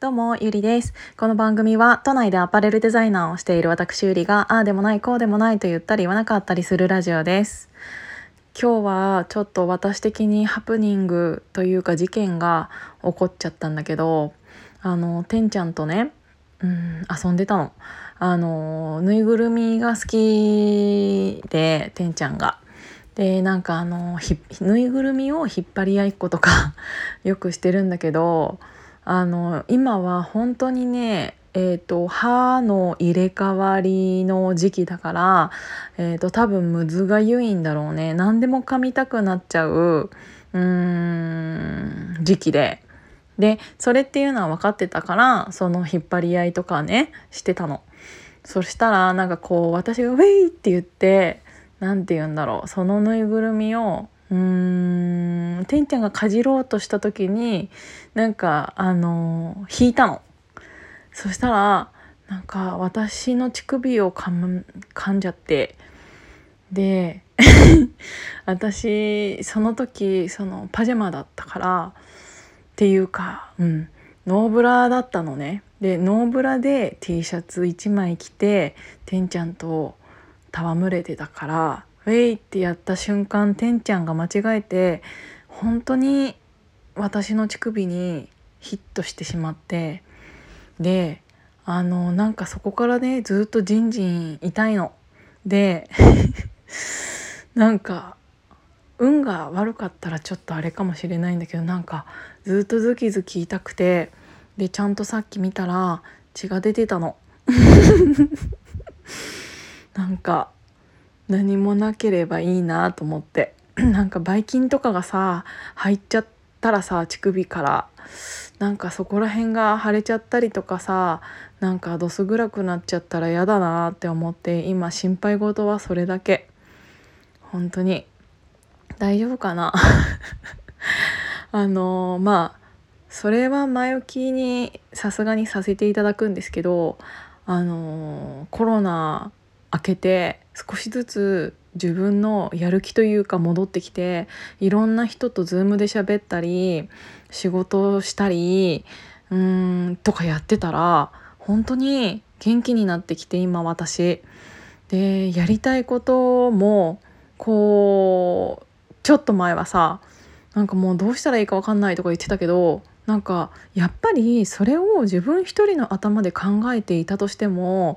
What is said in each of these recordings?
どうもゆりです。この番組は都内でアパレルデザイナーをしている私ゆりがああでもないこうでもないと言ったり言わなかったりするラジオです。今日はちょっと私的にハプニングというか事件が起こっちゃったんだけど、てんちゃんとね、遊んでたの。ぬいぐるみが好きで、てんちゃんが。でなんかぬいぐるみを引っ張り合いっことかよくしてるんだけど、今は本当にね、歯の入れ替わりの時期だから、多分むずがゆいんだろうね。何でも噛みたくなっちゃう時期でそれっていうのは分かってたから、その引っ張り合いとかねしてたの。そしたらなんかこう私がウェイって言って、なんて言うんだろう、そのぬいぐるみをてんちゃんがかじろうとした時になんか引いたの。そしたらなんか私の乳首を噛んじゃって、で私その時パジャマだったからっていうか、ノーブラだったのね。でノーブラで T シャツ1枚着ててんちゃんと戯れてたから、ウェイってやった瞬間てんちゃんが間違えて本当に私の乳首にヒットしてしまって、でなんかそこからねずっとジンジン痛いのでなんか運が悪かったらちょっとあれかもしれないんだけど、なんかずっとズキズキ痛くて、でちゃんとさっき見たら血が出てたのなんか何もなければいいなと思ってなんかばい菌とかがさ入っちゃったらさ、乳首からなんかそこら辺が腫れちゃったりとかさ、なんかどす黒くなっちゃったら嫌だなって思って、今心配事はそれだけ。本当に大丈夫かなまあそれは前置きにさすがにさせていただくんですけど、コロナ明けて少しずつ自分のやる気というか戻ってきて、いろんな人とズームで喋ったり仕事をしたりとかやってたら本当に元気になってきて、今私でやりたいこともこうちょっと前はさ、なんかもうどうしたらいいか分かんないとか言ってたけど、なんかやっぱりそれを自分一人の頭で考えていたとしても、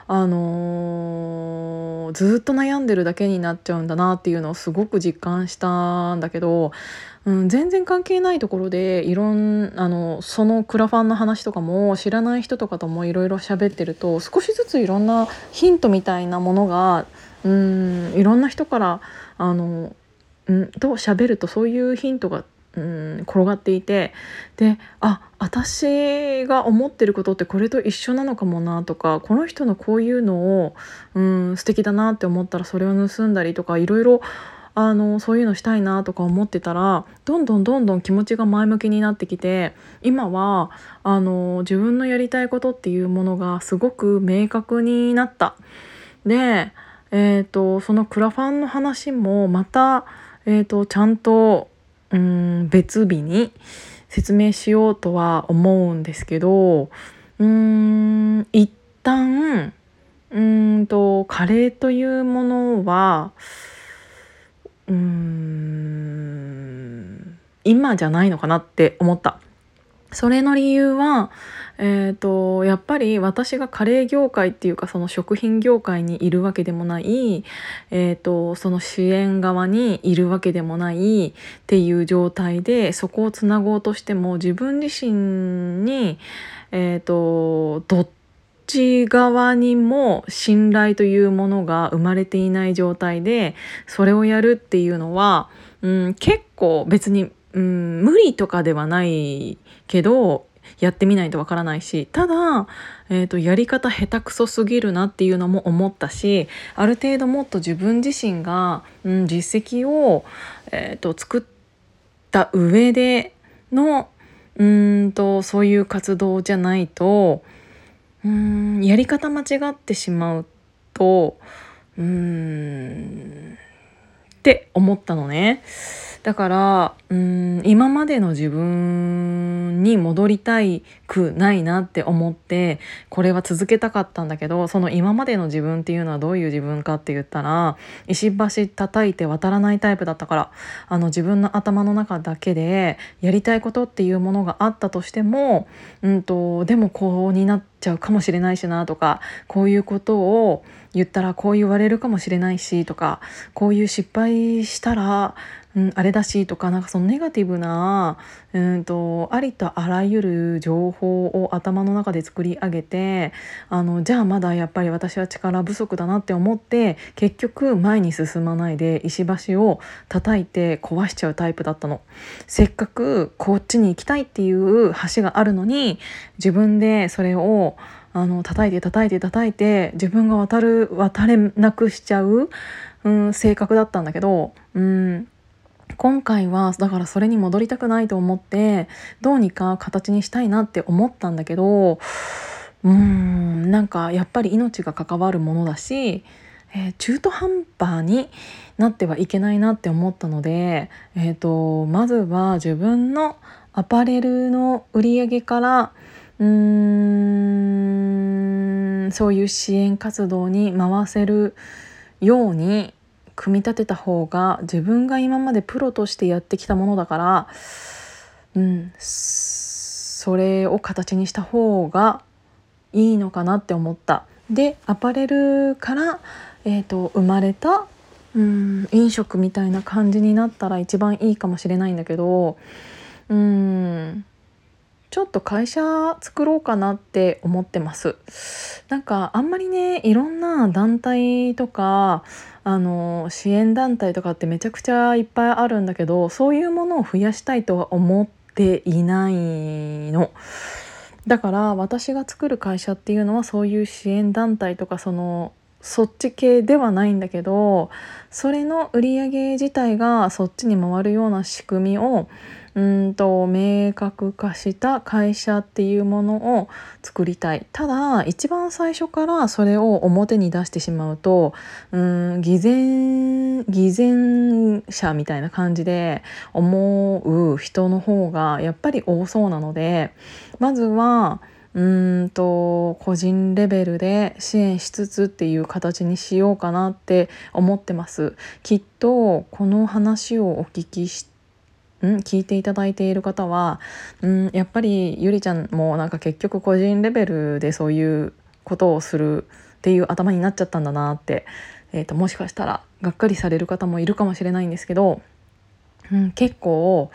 ずっと悩んでるだけになっちゃうんだなっていうのをすごく実感したんだけど、全然関係ないところでそのクラファンの話とかも知らない人とかともいろいろ喋ってると、少しずついろんなヒントみたいなものがいろんな人からと喋るとそういうヒントが転がっていて、で私が思ってることってこれと一緒なのかもなとか、この人のこういうのを素敵だなって思ったらそれを盗んだりとか、いろいろそういうのしたいなとか思ってたら、どんどん気持ちが前向きになってきて、今は自分のやりたいことっていうものがすごく明確になった。でそのクラファンの話もまたちゃんと別日に説明しようとは思うんですけど、一旦カレーというものは今じゃないのかなって思った。それの理由は、やっぱり私がカレー業界っていうかその食品業界にいるわけでもない、その支援側にいるわけでもないっていう状態で、そこをつなごうとしても自分自身に、どっち側にも信頼というものが生まれていない状態でそれをやるっていうのは、結構別に無理とかではないけどやってみないとわからないし、ただ、やり方下手くそすぎるなっていうのも思ったし、ある程度もっと自分自身が、実績を、作った上でのそういう活動じゃないと、やり方間違ってしまうとって思ったのね。だから今までの自分に戻りたくないなって思って、これは続けたかったんだけど、その今までの自分っていうのはどういう自分かって言ったら、石橋叩いて渡らないタイプだったから、自分の頭の中だけでやりたいことっていうものがあったとしても、でもこうになっちゃうかもしれないしなとか、こういうことを言ったらこう言われるかもしれないしとか、こういう失敗したらあれだしとか、なんかそのネガティブなありとあらゆる情報を頭の中で作り上げて、じゃあまだやっぱり私は力不足だなって思って、結局前に進まないで石橋を叩いて壊しちゃうタイプだったの。せっかくこっちに行きたいっていう橋があるのに、自分でそれを叩いて自分が渡れなくしちゃう、性格だったんだけど、今回はだからそれに戻りたくないと思って、どうにか形にしたいなって思ったんだけど、なんかやっぱり命が関わるものだし、中途半端になってはいけないなって思ったので、まずは自分のアパレルの売り上げからそういう支援活動に回せるように組み立てた方が、自分が今までプロとしてやってきたものだから、それを形にした方がいいのかなって思った。でアパレルから、生まれた飲食みたいな感じになったら一番いいかもしれないんだけど、ちょっと会社作ろうかなって思ってます。なんかあんまりね、いろんな団体とか支援団体とかってめちゃくちゃいっぱいあるんだけど、そういうものを増やしたいとは思っていないの。だから私が作る会社っていうのはそういう支援団体とかそっち系ではないんだけど、それの売り上げ自体がそっちに回るような仕組みを明確化した会社っていうものを作りたい。ただ一番最初からそれを表に出してしまうと偽善者みたいな感じで思う人の方がやっぱり多そうなので、まずは個人レベルで支援しつつっていう形にしようかなって思ってます。きっとこの話をお聞きして聞いていただいている方はやっぱりゆりちゃんもなんか結局個人レベルでそういうことをするっていう頭になっちゃったんだなって、もしかしたらがっかりされる方もいるかもしれないんですけど、結構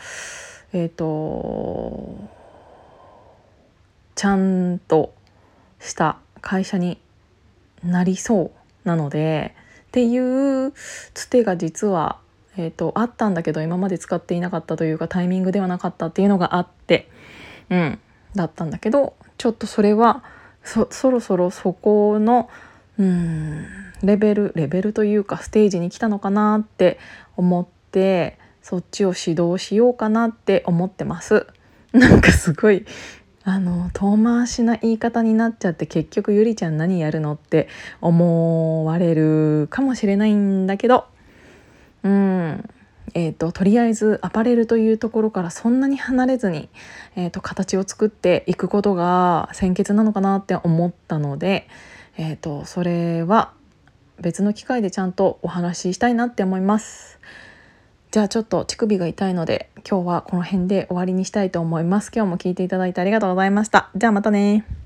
ちゃんとした会社になりそうなのでっていうつてが実はあったんだけど、今まで使っていなかったというかタイミングではなかったっていうのがあって、だったんだけど、ちょっとそれはそろそろそこのレベルというかステージに来たのかなって思って、そっちを指導しようかなって思ってます。なんかすごい遠回しな言い方になっちゃって、結局ゆりちゃん何やるのって思われるかもしれないんだけど、とりあえずアパレルというところからそんなに離れずに、形を作っていくことが先決なのかなって思ったので、それは別の機会でちゃんとお話ししたいなって思います。じゃあちょっと乳首が痛いので今日はこの辺で終わりにしたいと思います。今日も聞いていただいてありがとうございました。じゃあまたね。